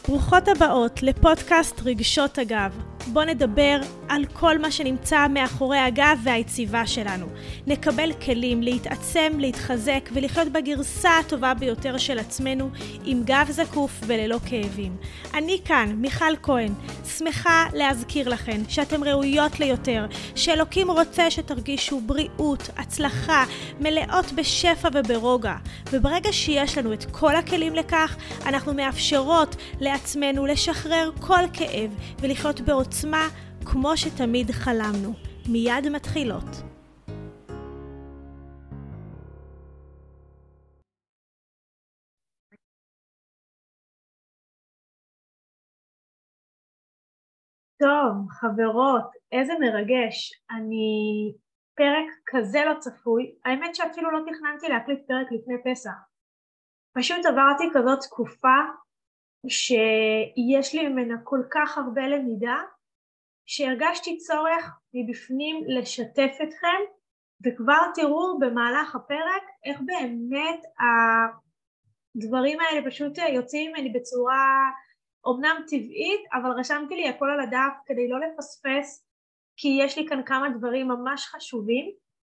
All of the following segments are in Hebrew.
ברוכות הבאות לפודקאסט רגשות הגב. בוא נדבר על כל מה שנמצא מאחורי הגב והיציבה שלנו. נקבל כלים להתעצם, להתחזק ולחיות בגרסה הטובה ביותר של עצמנו עם גב זקוף וללא כאבים. אני כאן, מיכל כהן, שמחה להזכיר לכן שאתם ראויות ליותר, שאלוקים רוצה שתרגישו בריאות, הצלחה, מלאות בשפע וברוגע. וברגע שיש לנו את כל הכלים לכך, אנחנו מאפשרות לעצמנו לשחרר כל כאב ולחיות בעוצמה כמו שתמיד חלמנו. מיד מתחילות. טוב, חברות, איזה מרגש. פרק כזה לא צפוי. האמת שאפילו לא תכננתי להקליט פרק לפני פסח. פשוט עברתי כזאת תקופה שיש לי ממנה כל כך הרבה למידה, שהרגשתי צורך מבפנים לשתף אתכם, וכבר תראו במהלך הפרק איך באמת הדברים האלה פשוט יוצאים ממני בצורה אומנם טבעית, אבל רשמתי לי הכל על הדף כדי לא לפספס, כי יש לי כאן כמה דברים ממש חשובים,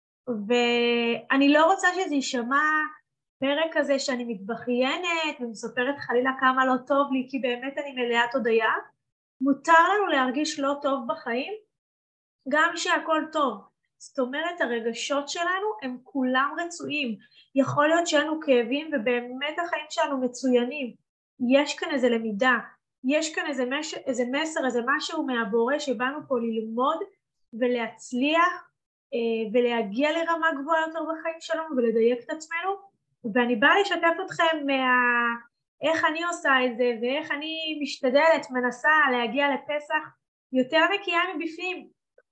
ואני לא רוצה שזה יישמע פרק כזה שאני מתבחיינת ומספרת חלילה כמה לא טוב לי, כי באמת אני מלאת הודיה. מותר לנו להרגיש לא טוב בחיים, גם שהכל טוב. זאת אומרת, הרגשות שלנו הם כולם רצויים. יכול להיות שאנו כאבים ובאמת החיים שלנו מצוינים. יש כאן איזה למידה, יש כאן איזה מסר, איזה משהו מהבורא שבאנו פה ללמוד ולהצליח ולהגיע לרמה גבוהה יותר בחיים שלנו ולדייק את עצמנו. ואני באה לשתף אתכם איך אני עושה את זה, ואיך אני משתדלת, מנסה להגיע לפסח יותר נקייה מבפנים.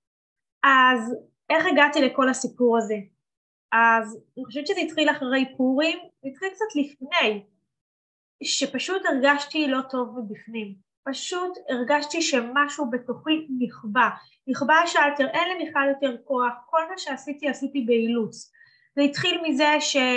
אז איך הגעתי לכל הסיפור הזה? אז אני חושבת שזה התחיל אחרי פורים, זה התחיל קצת לפני, שפשוט הרגשתי לא טוב מבפנים. פשוט הרגשתי שמשהו בתוכי נכבה השלטר, אין למיכל יותר כוח, כל מה שעשיתי באילוץ. זה התחיל מזה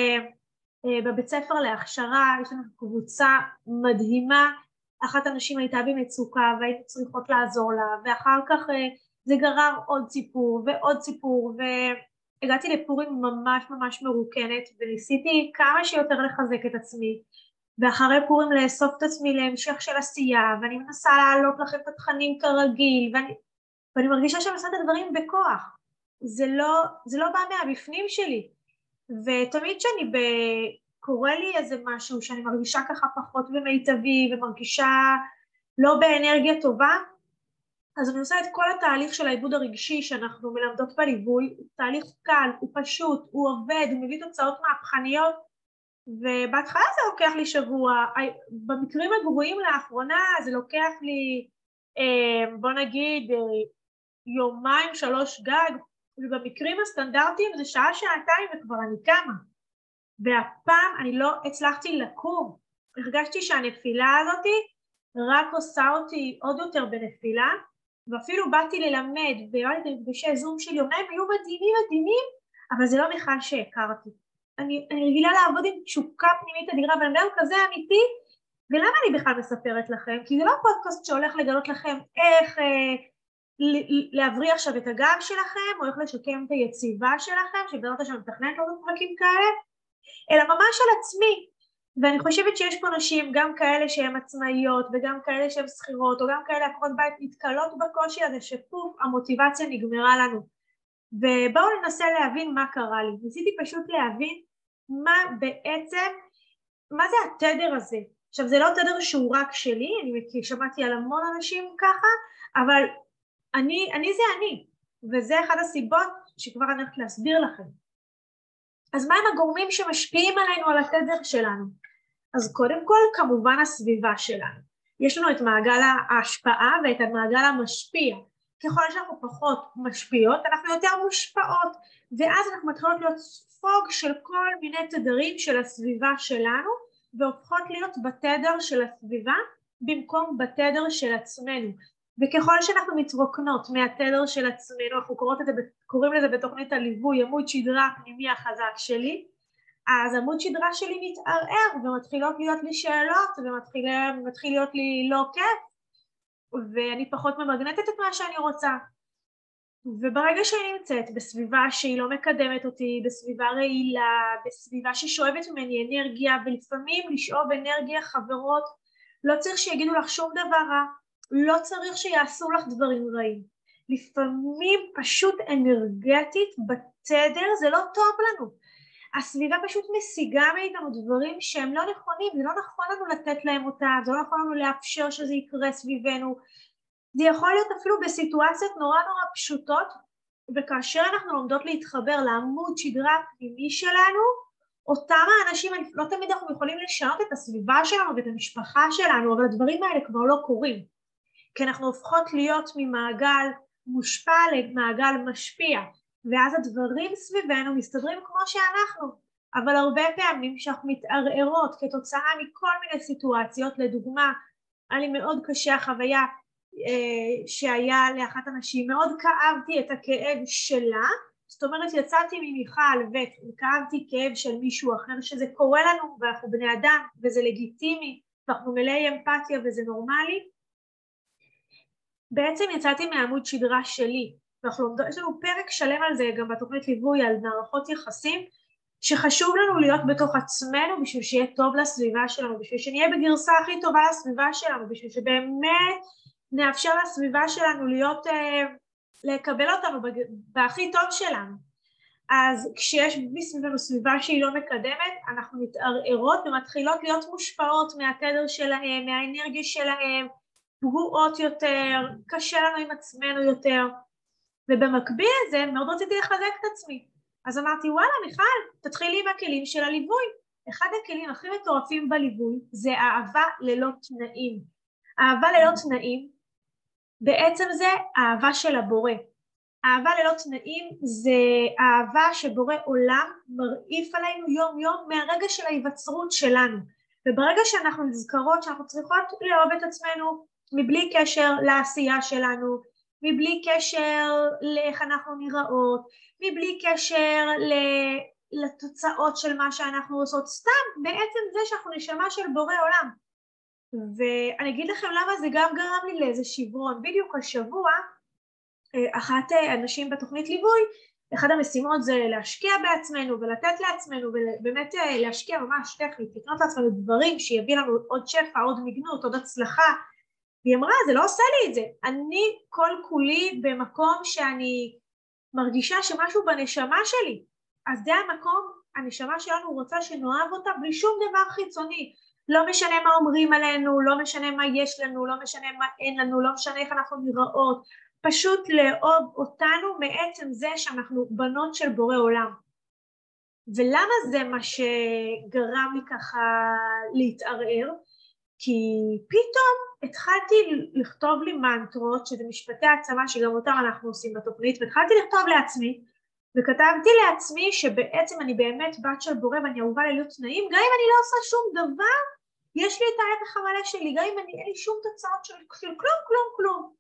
בבית ספר להכשרה, יש לנו קבוצה מדהימה, אחת הנשים הייתה במצוקה והיינו צריכות לעזור לה, ואחר כך זה גרר עוד סיפור ועוד סיפור, והגעתי לפורים ממש מרוקנת, וניסיתי כמה שיותר לחזק את עצמי, ואחרי פורים לאסוף את עצמי להמשך של עשייה, ואני מנסה להעלות לכם את התכנים כרגיל, ואני מרגישה שאני עושה את הדברים בכוח, זה לא בא מהבפנים שלי, ותמיד שאני קורא לי איזה משהו שאני מרגישה ככה פחות ומיטבי ומרגישה לא באנרגיה טובה, אז אני עושה את כל התהליך של העיבוד הרגשי שאנחנו מלמדות בליווי. הוא תהליך קל, הוא פשוט, הוא עובד, הוא מביא תוצאות מהפכניות, ובהתחלה זה לוקח לי שבוע, במקרים הגרועים לאחרונה זה לוקח לי בוא נגיד יומיים 3 גג, ובמקרים הסטנדרטיים זה שעה שעתיים וכבר אני קמה. והפעם אני לא הצלחתי לקום, הרגשתי שהנפילה הזאת רק עושה אותי עוד יותר בנפילה, ואפילו באתי ללמד, והראיתי במפגשי זום של יומיים, היו מדהימים, אבל זה לא מיכל שהכרתי. אני רגילה לעבוד עם תשוקה פנימית אדירה, אבל גם כזה אמיתי, ולמה אני בכלל מספרת לכם? כי זה לא פודקאסט שהולך לגלות לכם איך להבריא עכשיו את הגב שלכם, או איך לשקם את היציבה שלכם, שבדרך כלל מתכננת עוד פרקים כאלה, אלא ממש על עצמי. ואני חושבת שיש פה נשים, גם כאלה שהן עצמאיות, וגם כאלה שהן שכירות, או גם כאלה עקרות בית, מתקלות בקושי הזה שפוף, המוטיבציה נגמרה לנו. ובואו ננסה להבין מה קרה לי. ניסיתי פשוט להבין מה זה התדר הזה. עכשיו זה לא תדר שהוא רק שלי, אני שמעתי על המון אנשים ככה, אבל אני זה אני, וזה אחד הסיבות שכבר אני הולכת להסביר לכם. אז מה הם הגורמים שמשפיעים עלינו על התדר שלנו? אז קודם כל כמובן הסביבה שלנו. יש לנו את מעגל ההשפעה ואת המעגל המשפיע. ככל שאנחנו פחות משפיעות, אנחנו יותר מושפעות, ואז אנחנו מתחילות להיות ספוג של כל מיני תדרים של הסביבה שלנו, והופכות להיות בתדר של הסביבה במקום בתדר של עצמנו. וככל שאנחנו מתרוקנות מהתדר של עצמנו, אנחנו קוראים לזה בתוכנית הליווי, עמוד שדרה הפנימי החזק שלי, אז עמוד שדרה שלי מתערער, ומתחילות להיות לי שאלות, ומתחיל להיות לי לא כיף, ואני פחות ממגנטת את מה שאני רוצה. וברגע שאני נמצאת בסביבה שהיא לא מקדמת אותי, בסביבה רעילה, בסביבה ששואבת ממני אנרגיה, ולפעמים לשאוב אנרגיה חברות, לא צריך שיגידו לך שום דבר רע, לא צריך שיעשו לך דברים רעים. לפעמים פשוט אנרגטית בתדר זה לא טוב לנו. הסביבה פשוט משיגה מאיתנו דברים שהם לא נכונים, זה לא נכון לנו לתת להם אותה, זה לא נכון לנו לאפשר שזה יקרה סביבנו. זה יכול להיות אפילו בסיטואציות נורא פשוטות, וכאשר אנחנו לומדות להתחבר לעמוד שדרה הפנימי שלנו, אותם האנשים, לא תמיד אנחנו יכולים לשנות את הסביבה שלנו ואת המשפחה שלנו, אבל הדברים האלה כבר לא קורים, כי אנחנו הופכות להיות ממעגל מושפע למעגל משפיע, ואז הדברים סביבנו מסתדרים כמו שאנחנו, אבל הרבה פעמים שאנחנו מתערערות כתוצאה מכל מיני סיטואציות, לדוגמה, היה לי מאוד קשה החוויה שהיה לאחת אנשים, מאוד כאבתי את הכאב שלה, זאת אומרת יצאתי ממיכל וכאבתי כאב של מישהו אחר, שזה קורה לנו ואנחנו בני אדם וזה לגיטימי ואנחנו מלאי אמפתיה וזה נורמלי. בעצם יצאתי מהעמוד שדרה שלי, יש לנו פרק שלם על זה גם בתוכנית ליווי על מערכות יחסים, שחשוב לנו להיות בתוך עצמנו בשביל שיהיה טוב לסביבה שלנו, בשביל שנהיה בגרסה הכי טובה לסביבה שלנו, בשביל שבאמת נאפשר לסביבה שלנו להיות, לקבל אותנו בהכי טוב שלנו. אז כשיש בסביבנו סביבה שהיא לא מקדמת, אנחנו מתערערות ומתחילות להיות מושפעות מהתדר שלהם, מהאנרגיה שלהם, פגועות יותר, קשה לנו עם עצמנו יותר, ובמקביל לזה מאוד רציתי לחזק את עצמי. אז אמרתי, וואלה מיכל, תתחילי עם הכלים של הליווי. אחד הכלים הכי מטורפים בליווי זה אהבה ללא תנאים. אהבה ללא תנאים, בעצם זה אהבה של הבורא. אהבה ללא תנאים זה אהבה שבורא עולם מרעיף עלינו יום יום מהרגע של ההיווצרות שלנו. וברגע שאנחנו נזכרות שאנחנו צריכות לאהוב את עצמנו מבלי קשר לעשייה שלנו, מבלי קשר לאיך אנחנו נראות, מבלי קשר לתוצאות של מה שאנחנו עושות, סתם בעצם זה שאנחנו נשמה של בורא עולם. ואני אגיד לכם למה זה גם גרם לי לאיזה שברון. בדיוק השבוע, אחת אנשים בתוכנית ליווי, אחד המשימות זה להשקיע בעצמנו ולתת לעצמנו, ובאמת להשקיע ממש טכנית, לקנות לעצמנו דברים שיביא לנו עוד שפע, עוד מגנות, עוד הצלחה. והיא אמרה, זה לא עושה לי את זה. אני כל כולי במקום שאני מרגישה שמשהו בנשמה שלי. אז זה המקום, הנשמה שלנו רוצה שנאהב אותה בלי שום דבר חיצוני. לא משנה מה אומרים עלינו, לא משנה מה יש לנו, לא משנה מה אין לנו, לא משנה איך אנחנו נראות. פשוט לאהוב אותנו מעצם זה שאנחנו בנות של בורא עולם. ולמה זה מה שגרם לי ככה להתערער? כי פתאום התחלתי לכתוב לי מנטרות, שזה משפטי העצמה שגם אותם אנחנו עושים בתוכנית, והתחלתי לכתוב לעצמי, וכתבתי לעצמי שבעצם אני באמת בת של בורא ואני אהובה ללא תנאים, גם אם אני לא עושה שום דבר, יש לי את הערך המלא שלי, גם אם אין לי שום תוצאות של כלום.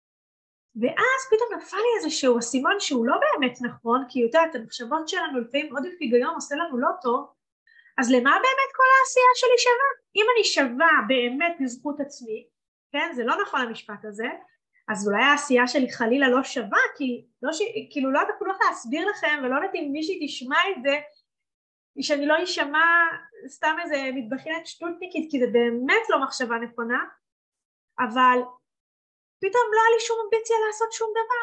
ואז פתאום נפל לי איזשהו אסימון שהוא לא באמת נכון, כי יודעת, המחשבות שלנו לפעמים עודף היגיון עושה לנו לא טוב, אז למה באמת כל העשייה שלי שווה? אם אני שווה באמת בזכות עצמי, כן, זה לא נכון המשפט הזה, אז אולי העשייה שלי חלילה לא שווה, כי לא כאילו לא יכולה להסביר לכם, ולא יודעת אם מישהי תשמע את זה, שאני לא אשמע סתם איזה מתבחינת שטותניקית, כי זה באמת לא מחשבה נכונה, אבל פתאום לא היה לי שום אמביציה לעשות שום דבר,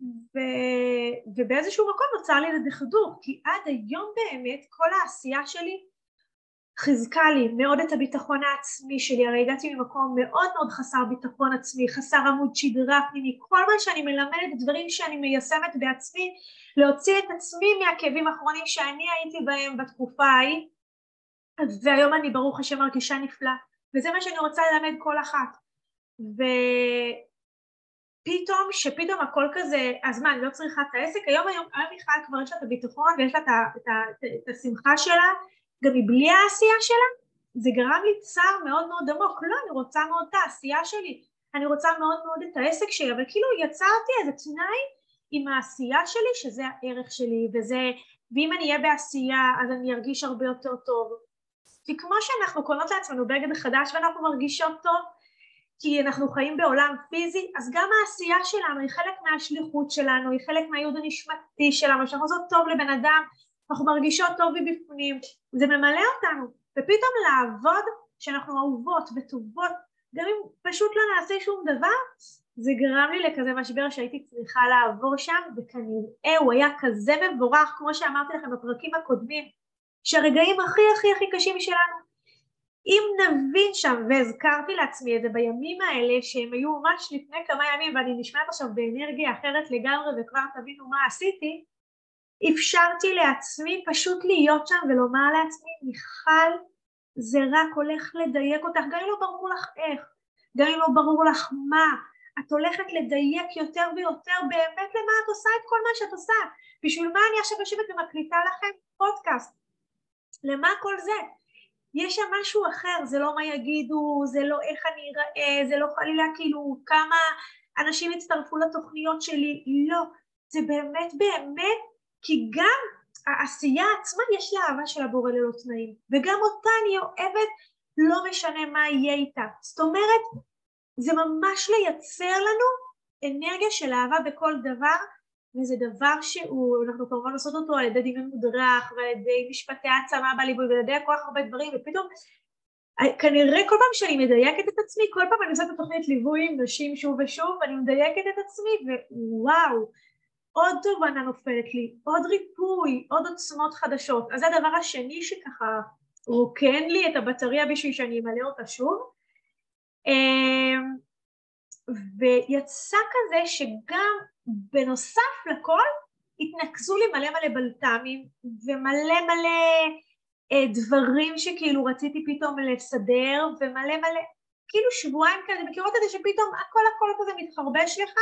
ובאיזשהו מקום נוצר לי לדחדור, כי עד היום באמת כל העשייה שלי חיזקה לי מאוד את הביטחון העצמי שלי, הרי הגעתי ממקום מאוד מאוד חסר ביטחון עצמי, חסר עמוד שדרה פנימי, כל מה שאני מלמדת, דברים שאני מיישמת בעצמי, להוציא את עצמי מהכאבים האחרונים שאני הייתי בהם בתקופה ההיא, והיום אני ברוך השם מרגישה נפלא, וזה מה שאני רוצה ללמד כל אחת. שפתאום הכל כזה, אז מה, אני לא צריכה את העסק, היום מיכל כבר יש לה את הביטחון ויש לה את השמחה שלה, גם מבלי העשייה שלה, זה גרם לי צער מאוד מאוד עמוק, לא, אני רוצה מאוד את העשייה שלי, אני רוצה מאוד מאוד את העסק שלי, אבל כאילו יצרתי איזה תנאי עם העשייה שלי, שזה הערך שלי, וזה ואם אני אהיה בעשייה אז אני ארגיש הרבה יותר טוב. כי כמו שאנחנו קונות לעצמנו בגד חדש ואנחנו מרגישות טוב, כי אנחנו חיים בעולם פיזי, אז גם העשייה שלנו היא חלק מהשליחות שלנו, היא חלק מהייעוד הנשמתי שלנו, שאנחנו עושות טוב לבן אדם, אנחנו מרגישות טוב מבפנים, זה ממלא אותנו, ופתאום לעבוד שאנחנו אהובות וטובות, גם אם פשוט לא נעשה שום דבר, זה גרם לי לכזה משבר שהייתי צריכה לעבור שם, וכנראה הוא היה כזה מבורך, כמו שאמרתי לכם בפרקים הקודמים, שהרגעים הכי הכי הכי קשים שלנו, אם נבין שם, והזכרתי לעצמי את זה בימים האלה, שהם היו ממש לפני כמה ימים, ואני נשמעת עכשיו באנרגיה אחרת לגמרי, וכבר תבינו מה עשיתי, אפשרתי לעצמי פשוט להיות שם ולומר לעצמי, מיכל, זה רק הולך לדייק אותך, גם אם לא ברור לך איך, גם אם לא ברור לך מה, את הולכת לדייק יותר ויותר באמת למה את עושה את כל מה שאת עושה, בשביל מה אני עכשיו יושבת ומקליטה לכם פודקאסט, למה כל זה? יש שם משהו אחר, זה לא מה יגידו, זה לא איך אני אראה, זה לא חלילה כאילו כמה אנשים יצטרפו לתוכניות שלי, לא, זה באמת באמת, כי גם העשייה עצמה יש לה אהבה של הבורא ללא תנאים, וגם אותה אני אוהבת לא משנה מה יהיה איתה, זאת אומרת, זה ממש לייצר לנו אנרגיה של אהבה בכל דבר, וזה דבר אנחנו כמובן עושות אותו על ידי דמיון מודרך, ועל ידי משפטי העצמה בליווי, ועל ידי כל כך הרבה דברים, ופתאום, כנראה כל פעם שאני מדייקת את עצמי, כל פעם אני עושה את התוכנית ליווי עם נשים שוב ושוב, ואני מדייקת את עצמי, ווואו, עוד תובנה נופלת לי, עוד ריפוי, עוד עוצמות חדשות. אז זה הדבר השני שככה רוקן לי את הבטריה בשביל שאני אמלא אותה שוב. ויצא כזה שגם בנוסף לכל התנקזו לי מלא מלא בלת"מים ומלא מלא דברים שכאילו רציתי פתאום לסדר, ומלא מלא כאילו שבועיים כזה, מכירות את זה שפתאום הכל כזה מתחרבש לך,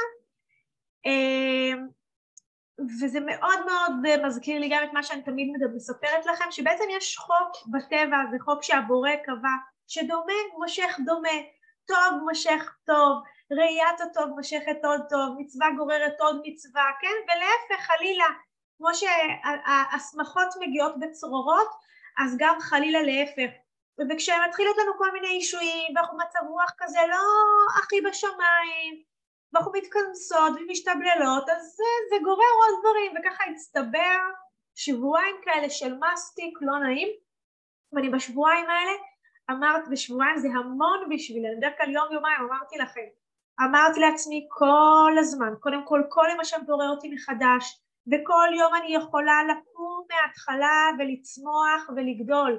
וזה מאוד מאוד מזכיר לי גם את מה שאני תמיד מספרת לכם, שבעצם יש חוק בטבע, זה חוק שהבורא קבע, שדומה מושך דומה, טוב מושך טוב, ראיית הטוב מושכת עוד טוב, מצווה גוררת עוד מצווה, כן? ולהפך חלילה, כמו שהסמכות מגיעות בצרורות, אז גם חלילה להפך. וכשמתחילות לנו כל מיני אישויים, ואנחנו מצב רוח כזה לא הכי בשמיים, ואנחנו מתכנסות ומשתבללות, אז זה גורר עוד דברים, וככה הצטבר שבועיים כאלה של מסטיק לא נעים, ואני בשבועיים האלה, אמרת בשבועיים זה המון בשבילי, בדרך כלל יום יומיים אמרתי לכם, אמרתי לעצמי כל הזמן, קודם כל יום השם בורא אותי מחדש, וכל יום אני יכולה לקום מההתחלה ולצמוח ולגדול,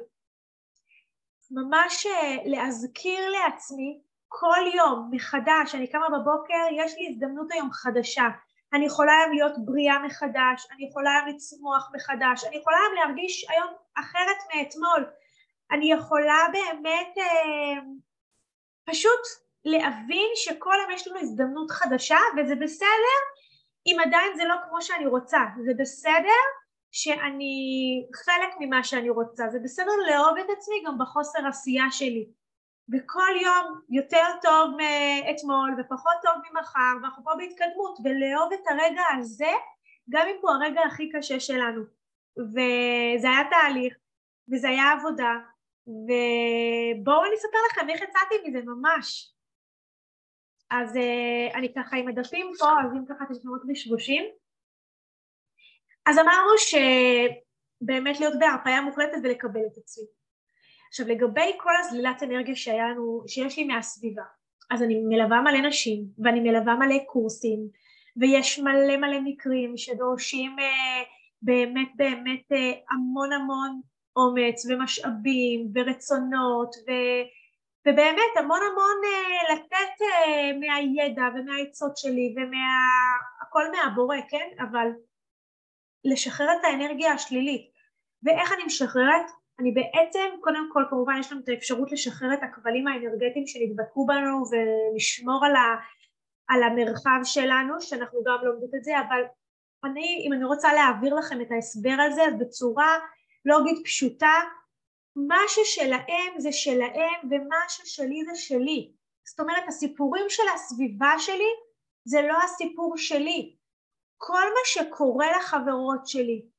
ממש להזכיר לעצמי כל יום מחדש, אני קמה בבוקר, יש לי הזדמנות היום חדשה, אני יכולה היום להיות בריאה מחדש, אני יכולה היום לצמוח מחדש, אני יכולה היום להרגיש היום אחרת מאתמול, אני יכולה באמת פשוט להבין שכל יום יש לנו הזדמנות חדשה, וזה בסדר אם עדיין זה לא כמו שאני רוצה, זה בסדר שאני חלק ממה שאני רוצה, זה בסדר לאהוב את עצמי גם בחוסר עשייה שלי, וכל יום יותר טוב מאתמול ופחות טוב ממחר, ואנחנו פה בהתקדמות, ולאהוב את הרגע הזה גם אם הוא הרגע הכי קשה שלנו, וזה היה תהליך וזה היה עבודה, ובואו אני אספר לכם איך יצאתי מזה ממש. אז אני ככה עם הדפים פה, אז אם ככה אתם שמות בשבושים, אז אמרנו שבאמת להיות בהרפאיה מוחלטת ולקבל את עצמי. עכשיו לגבי כל הזלילת אנרגיה שיש לי מהסביבה, אז אני מלווה מלא נשים, ואני מלווה מלא קורסים, ויש מלא מלא מקרים שדורשים באמת המון אומץ ומשאבים ורצונות ובאמת המון לתת מהידע ומהעצות שלי והכל מהבורא, כן? אבל לשחרר את האנרגיה השלילית. ואיך אני משחררת? אני בעצם, קודם כל כמובן יש לנו את האפשרות לשחרר את הכבלים האנרגטיים שנדבקו בנו ולשמור על המרחב שלנו, שאנחנו גם לומדות את זה, אבל אם אני רוצה להעביר לכם את ההסבר על זה, אז בצורה לוגית פשוטה, מה ששלהם זה שלהם ומה ששלי זה שלי. זאת אומרת, הסיפורים של הסביבה שלי זה לא הסיפור שלי. כל מה שקורה לחברות שלי,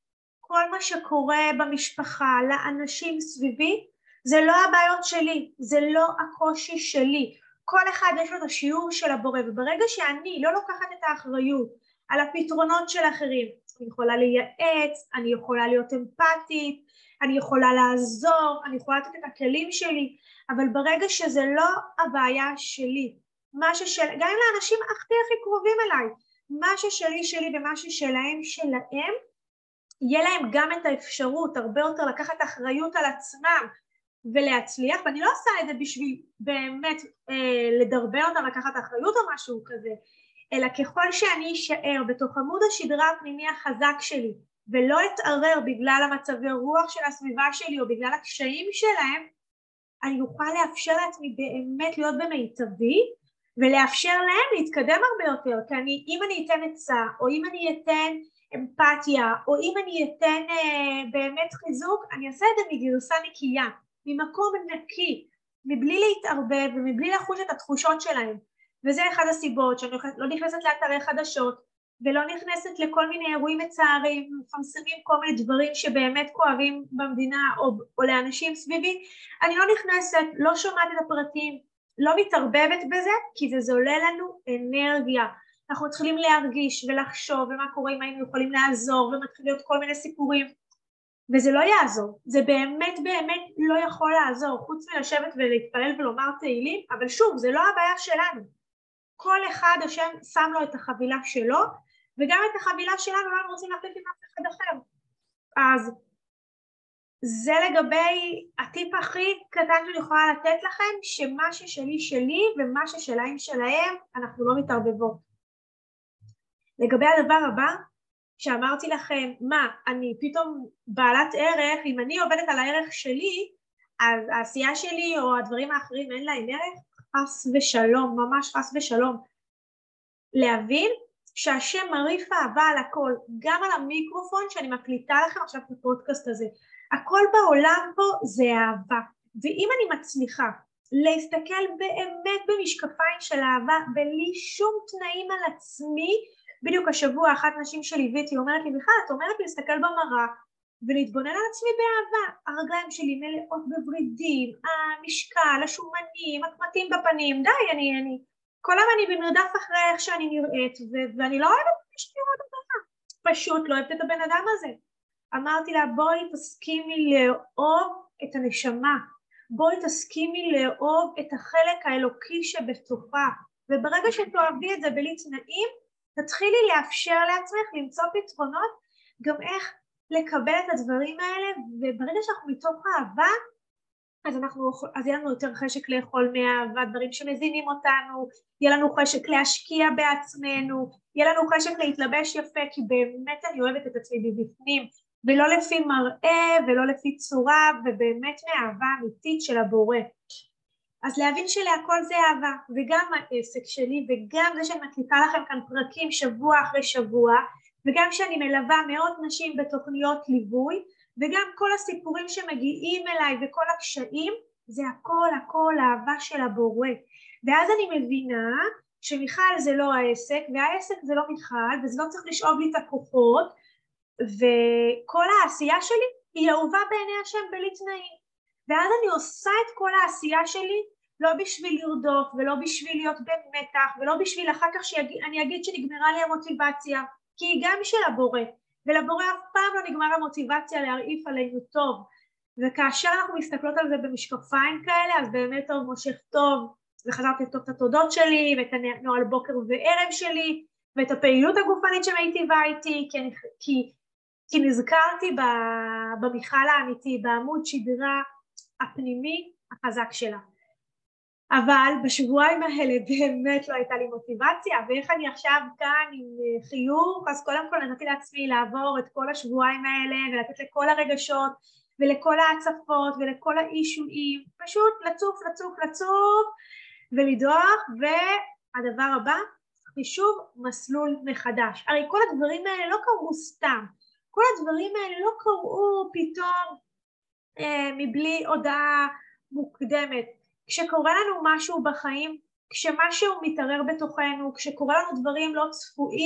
כל מה שקורה במשפחה, לאנשים סביבי, זה לא הבעיות שלי, זה לא הקושי שלי. כל אחד יש לו את השיעור של הבורא, וברגע שאני לא לוקחת את האחריות על הפתרונות של אחרים, אני יכולה לייעץ, אני יכולה להיות אמפתית, אני יכולה לעזור, אני יכולה לתת את הכלים שלי, אבל ברגע שזה לא הבעיה שלי, גם אם לאנשים הכי קרובים אליי, מה ששלי שלי ומה ששלהם שלהם, יהיה להם גם את האפשרות הרבה יותר לקחת אחריות על עצמם ולהצליח, ואני לא עושה את זה בשביל באמת לדרבן אותם לקחת אחריות או משהו כזה, אלא ככל שאני אשאר בתוך עמוד השדרה הפנימי החזק שלי ולא אתערר בגלל המצבי רוח של הסביבה שלי או בגלל הקשיים שלהם, אני אוכל לאפשר לעצמי באמת להיות במיטבי ולאפשר להם להתקדם הרבה יותר, כי אם אני אתן עצה או אם אני אתן אמפתיה או אם אני אתן באמת חיזוק, אני אעשה את זה מגרסה נקייה, ממקום נקי, מבלי להתערבב ומבלי לחוש את התחושות שלהם. וזה אחד הסיבות שאני לא נכנסת לאתרי חדשות ולא נכנסת לכל מיני אירועים מצערים, מפרסמים כל מיני דברים שבאמת כואבים במדינה או לאנשים סביבי, אני לא נכנסת, לא שומעת את הפרטים, לא מתערבבת בזה, כי זה זולה לנו אנרגיה. אנחנו מתחילים להרגיש ולחשוב ומה קורה אם היינו יכולים לעזור, ומתחילים להיות כל מיני סיפורים, וזה לא יעזור, זה באמת באמת לא יכול לעזור, חוץ מלשבת ולהתפלל ולומר תהילים, אבל שוב, זה לא הבעיה שלנו. כל אחד השם שם לו את החבילה שלו, וגם את החבילה שלנו לא רוצים להחליף עם אף אחד אחר. אז זה לגבי הטיפ הכי קטן שאני יכולה לתת לכם, שמה ששלי שלי ומה ששלהם שלהם, אנחנו לא מתערבבות. לגבי הדבר הבא, שאמרתי לכם, מה, אני פתאום בעלת ערך, אם אני עובדת על הערך שלי, אז העשייה שלי או הדברים האחרים אין להם ערך, חס ושלום, ממש חס ושלום. להבין שהשם מריף אהבה על הכל, גם על המיקרופון שאני מקליטה לכם עכשיו בפודקאסט הזה. הכל בעולם פה זה אהבה, ואם אני מצליחה להסתכל באמת במשקפיים של אהבה, בלי שום תנאים על עצמי, בדיוק השבוע אחת נשים שליוויתי אומרת לי, מיכל, את אומרת להסתכל במראה ולהתבונן על עצמי באהבה, הרגליים שלי מלאות בוורידים, המשקל, השומנים, הקמטים בפנים, די, אני כל היום אני במרדף אחרי איך שאני נראית, ואני לא אוהבת פשוט לראות אותה, פשוט לא אוהבת את הבן אדם הזה. אמרתי לה, בואי תסכימי לאהוב את הנשמה, בואי תסכימי לאהוב את החלק האלוקי שבתוכה, וברגע שתאהבי את זה בלי תנאים, תתחילי לאפשר לעצמך למצוא פתרונות, גם איך לקבל את הדברים האלה, וברגע שאנחנו מתוך אהבה, אז יהיה לנו יותר חשק לאכול מאהבה, דברים שמזינים אותנו, יהיה לנו חשק להשקיע בעצמנו, יהיה לנו חשק להתלבש יפה, כי באמת אני אוהבת את עצמי בפנים, ולא לפי מראה ולא לפי צורה, ובאמת מאהבה אמיתית של הבורא. אז להבין שלהכל זה אהבה, וגם העסק שלי, וגם זה שאני מקליטה לכם כאן פרקים שבוע אחרי שבוע, וגם שאני מלווה מאות נשים בתוכניות ליווי, וגם כל הסיפורים שמגיעים אליי וכל הקשיים, זה הכל אהבה של הבורא. ואז אני מבינה שמיכל זה לא העסק, והעסק זה לא מיכל, וזה לא צריך לשאוב לי את הכוחות, וכל העשייה שלי היא אהובה בעיני השם בלי תנאים. ואז אני עושה את כל העשייה שלי, לא בשביל לרדוף, ולא בשביל להיות במתח, ולא בשביל אחר כך שאני אגיד שנגמרה לי המוטיבציה, כי היא גם של הבורא, ולבורא אף פעם לא נגמר המוטיבציה להרעיף עלינו טוב, וכאשר אנחנו מסתכלות על זה במשקפיים כאלה, אז באמת טוב מושך טוב, וחזרתי לכתוב את התודות שלי, ואת הנועל בוקר וערב שלי, ואת הפעילות הגופנית שמיטיבה איתי, כי נזכרתי במיכל האמיתי, בעמוד שדרה הפנימי החזק שלה. אבל בשבועיים האלה באמת לא הייתה לי מוטיבציה, ואיך אני עכשיו כאן עם חיוך, אז קודם כל נתתי לעצמי לעבור את כל השבועיים האלה, ולתת לכל הרגשות, ולכל ההצפות, ולכל האישויים, פשוט לצוף, ולדוח, והדבר הבא, חישוב מסלול מחדש. הרי כל הדברים האלה לא קרו סתם, כל הדברים האלה לא קרו פתאום מבלי הודעה מוקדמת. כשקורה לנו משהו בחיים, כשמשהו מתערער בתוכנו, כשקורה לנו דברים לא צפויים,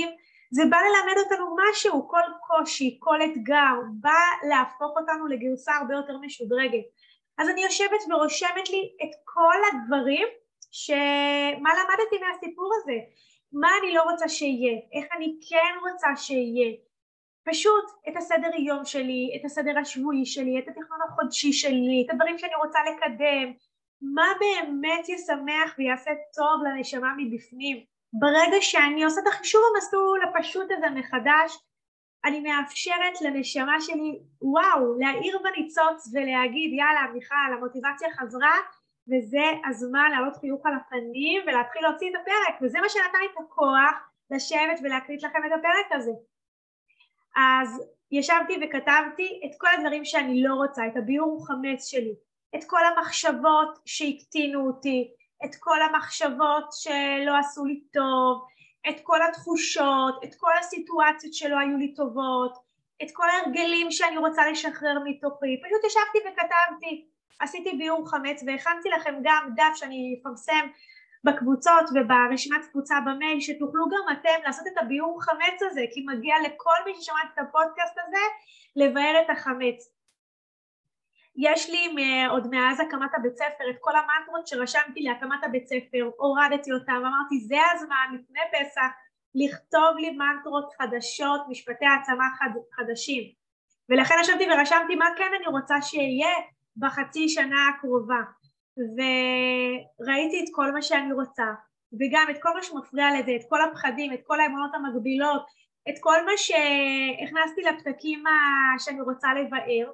זה בא ללמד אותנו משהו, כל קושי, כל אתגר, בא להפוך אותנו לגרסה הרבה יותר משודרגת. אז אני יושבת ורושמת לי את כל הדברים מה למדתי מהסיפור הזה, מה אני לא רוצה שיהיה, איך אני כן רוצה שיהיה, פשוט את הסדר יום שלי, את הסדר השבועי שלי, את התכנון החודשי שלי, את הדברים שאני רוצה לקדם, מה באמת ישמח ויעשה טוב לנשמה מבפנים. ברגע שאני עושה את החישוב המסלול הפשוט הזה מחדש, אני מאפשרת לנשמה שלי, וואו, להאיר בניצוץ ולהגיד, יאללה מיכל, המוטיבציה חזרה, וזה הזמן לעלות חיוך על הפנים ולהתחיל להוציא את הפרק, וזה מה שנתן לי את הכוח לשבת ולהקליט לכם את הפרק הזה. אז ישבתי וכתבתי את כל הדברים שאני לא רוצה, את הביאור חמץ שלי, את כל המחשבות שהקטינו אותי, את כל המחשבות שלא עשו לי טוב, את כל התחושות, את כל הסיטואציות שלא היו לי טובות, את כל ההרגלים שאני רוצה לשחרר מתוכי. פשוט ישבתי וכתבתי, עשיתי ביאור חמץ והכנתי לכם גם דף שאני אפרסם בקבוצות וברשימת קבוצה במייל, שתוכלו גם אתם לעשות את הביאור חמץ הזה, כי מגיע לכל מי ששמע את הפודקאסט הזה לבאר את החמץ. יש לי עוד מאז הקמת הבית ספר את כל המנטרות שרשמתי להקמת הבית ספר, הורדתי אותם, אמרתי זה הזמן לפני פסח לכתוב לי מנטרות חדשות, משפטי העצמה חדשים, ולכן ישבתי ורשמתי מה כן אני רוצה שיהיה בחצי שנה הקרובה, וראיתי את כל מה שאני רוצה, וגם את כל מה שמפריע לזה, את כל הפחדים, את כל האמונות המקבילות, את כל מה שהכנסתי לפתקים שאני רוצה לבאר,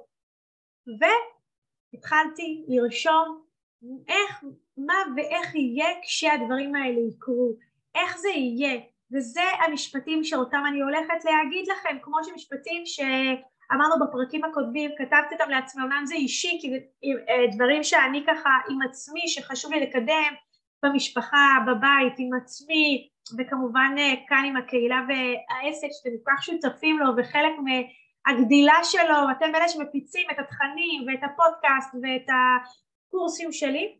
והתחלתי לרשום מה ואיך יהיה כשהדברים האלה יקרו, איך זה יהיה, וזה המשפטים שאותם אני הולכת להגיד לכם, כמו שמשפטים שאמרנו בפרקים הקודמים, כתבתי אותם לעצמי, אומנם זה אישי, כי דברים שאני ככה עם עצמי שחשוב לי לקדם במשפחה, בבית, עם עצמי, וכמובן כאן עם הקהילה והעסק שאתם כל כך שותפים לו, וחלק הגדילה שלו, אתם אלה שמפיצים את התכנים ואת הפודקאסט ואת הקורסים שלי,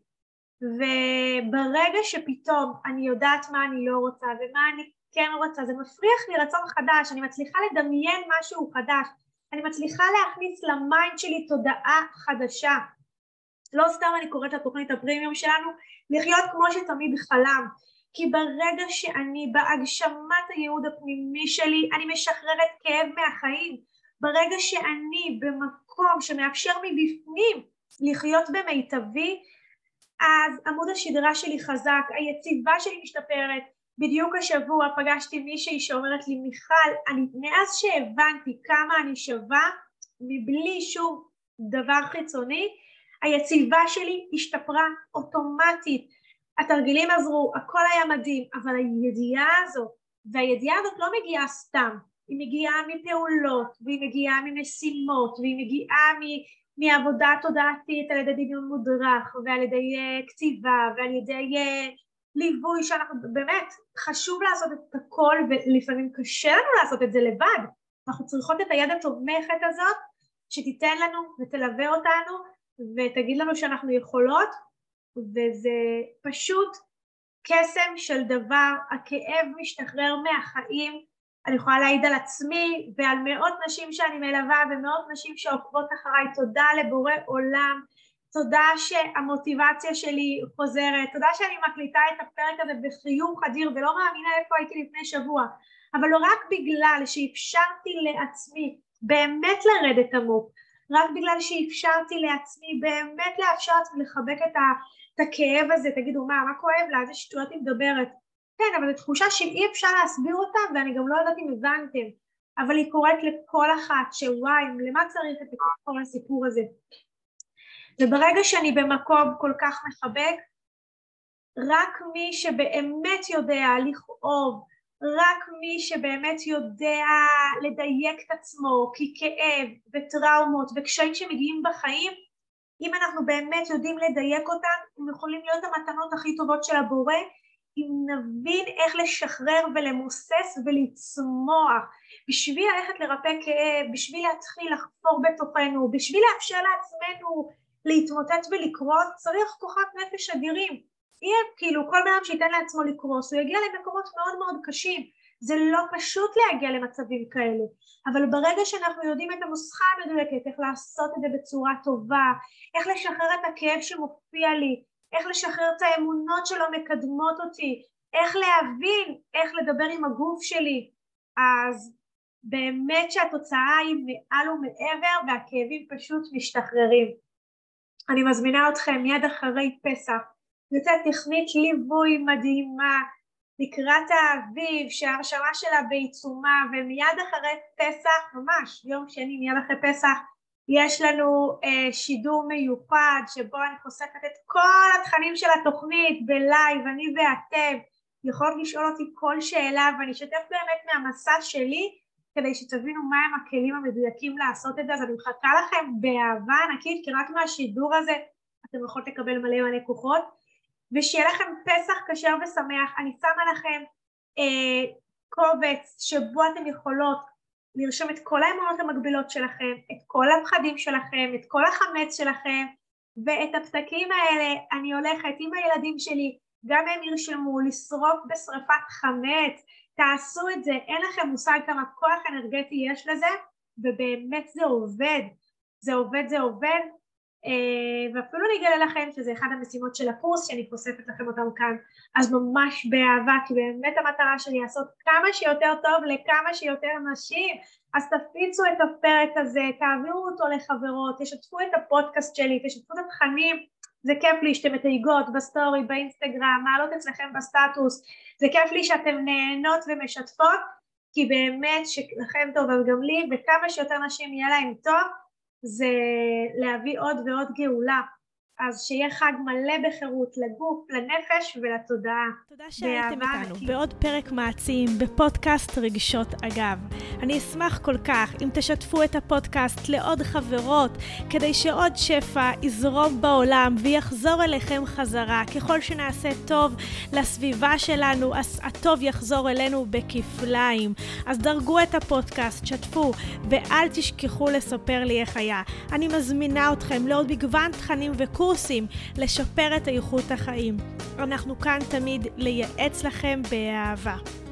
וברגע שפתאום אני יודעת מה אני לא רוצה ומה אני כן רוצה, זה מפריח לי רצון חדש, אני מצליחה לדמיין משהו חדש, אני מצליחה להכניס למיינד שלי תודעה חדשה. לא סתם אני קוראת לתוכנית הפרימיום שלנו לחיות כמו שתמיד חלם, כי ברגע שאני בהגשמת הייעוד הפנימי שלי, אני משחררת כאב מהחיים. ברגע שאני במקום שמאפשר מבפנים לחיות במיטבי, אז עמוד השדרה שלי חזק, היציבה שלי משתפרת. בדיוק השבוע פגשתי מישהי שאומרת לי, מיכל, מאז שהבנתי כמה אני שווה, מבלי שום דבר חיצוני, היציבה שלי השתפרה אוטומטית. התרגילים עזרו, הכל היה מדהים, אבל הידיעה הזאת, והידיעה הזאת לא מגיעה סתם, היא מגיעה מפעולות, והיא מגיעה ממשימות, והיא מגיעה מעבודה תודעתית על ידי דמיון מודרך, ועל ידי כתיבה, ועל ידי ליווי, שאנחנו באמת חשוב לעשות את הכל, ולפעמים קשה לנו לעשות את זה לבד. אנחנו צריכות את היד התומכת הזאת, שתיתן לנו ותלווה אותנו, ותגיד לנו שאנחנו יכולות, וזה פשוט קסם של דבר, הכאב משתחרר מהחיים. אני יכולה להעיד על עצמי ועל מאות נשים שאני מלווה ומאות נשים שעוקבות אחריי, תודה לבורא עולם, תודה שהמוטיבציה שלי חוזרת, תודה שאני מקליטה את הפרק הזה בחיוך אדיר ולא מאמינה איפה הייתי לפני שבוע, אבל לא רק בגלל שאפשרתי לעצמי באמת לרדת עמוק, רק בגלל שאפשרתי לעצמי באמת לאפשר לעצמי לחבק את הכאב הזה. תגידו מה כואב לה, איזה שטויות היא מדברת, כן, אבל זו תחושה שאי אפשר להסביר אותה, ואני גם לא יודעת אם הבנתם, אבל היא קוראת לכל אחת שוואי, למה צריך את כל הסיפור הזה. וברגע שאני במקום כל כך מחבק, רק מי שבאמת יודע לכאוב, רק מי שבאמת יודע לדייק את עצמו, כי כאב וטראומות וקשיים שמגיעים בחיים, אם אנחנו באמת יודעים לדייק אותם, הם יכולים להיות המתנות הכי טובות של הבורא, אם נבין איך לשחרר ולמוסס ולצמוח, בשביל ללכת לרפא כאב, בשביל להתחיל לחפור בתוכנו, בשביל לאפשר לעצמנו להתמוטט ולקרוס, צריך כוחות נפש אדירים. יהיה כאילו כל בן אדם שייתן לעצמו לקרוס, הוא יגיע למקומות מאוד מאוד קשים, זה לא פשוט להגיע למצבים כאלה, אבל ברגע שאנחנו יודעים את הנוסחה המדויקת, איך לעשות את זה בצורה טובה, איך לשחרר את הכאב שמופיע לי, איך לשחרר את האמונות שלא מקדמות אותי, איך להבין, איך לדבר עם הגוף שלי, אז באמת שהתוצאה היא מעל ומעבר והכאבים פשוט משתחררים. אני מזמינה אתכם מיד אחרי פסח, יוצאת תכנית ליווי מדהימה לקראת האביב שההרשמה שלה בעיצומה, ומיד אחרי פסח, ממש יום שני מיד אחרי פסח, יש לנו שידור מיוחד שבו אני חושפת את כל התכנים של התוכנית בלייב, אני ואתם יכולים לשאול אותי כל שאלה ואני אשתף באמת מהמסע שלי כדי שתבינו מהם הכלים המדויקים לעשות את זה. אז אני מחכה לכם באהבה ענקית, כי רק מהשידור הזה אתם יכולים לקבל מלא כוחות, ושיהיה לכם פסח כשר ושמח. אני שמה לכם קובץ שבו אתם יכולות לרשום את כל האמונות המקבילות שלכם, את כל הפחדים שלכם, את כל החמץ שלכם, ואת הפתקים האלה אני הולכת עם הילדים שלי, גם הם ירשמו לשרוף בשרפת חמץ. תעשו את זה, אין לכם מושג כמה כוח אנרגטי יש לזה, ובאמת זה עובד, זה עובד, ואפילו אני אגלה לכם שזה אחד המשימות של הקורס שאני חושפת לכם אותם כאן, אז ממש באהבה, כי באמת המטרה שלי לעשות כמה שיותר טוב לכמה שיותר נשים. אז תפיצו את הפרק הזה, תעבירו אותו לחברות, תשתפו את הפודקאסט שלי, תשתפו את התכנים, זה כיף לי שאתם מתייגות בסטורי, באינסטגרם, מעלות אצלכם בסטטוס, זה כיף לי שאתם נהנות ומשתפות, כי באמת שלכם טוב וגם לי, וכמה שיותר נשים יהיה להם טוב, זה להביא עוד ועוד גאולה. אז שיהיה חג מלא בחירות לגוף, לנפש ולתודעה. תודה שהייתם איתנו בעוד פרק מעצים בפודקאסט רגשות אגב. אני אשמח כל כך אם תשתפו את הפודקאסט לעוד חברות, כדי שעוד שפע יזרום בעולם ויחזור אליכם חזרה. ככל שנעשה טוב לסביבה שלנו, אז הטוב יחזור אלינו בכפליים. אז דרגו את הפודקאסט, שתפו, ואל תשכחו לספר לי איך היה. אני מזמינה אתכם לעוד מגוון תכנים וקורסים לשפר את איכות החיים. אנחנו כאן תמיד לייעץ לכם באהבה.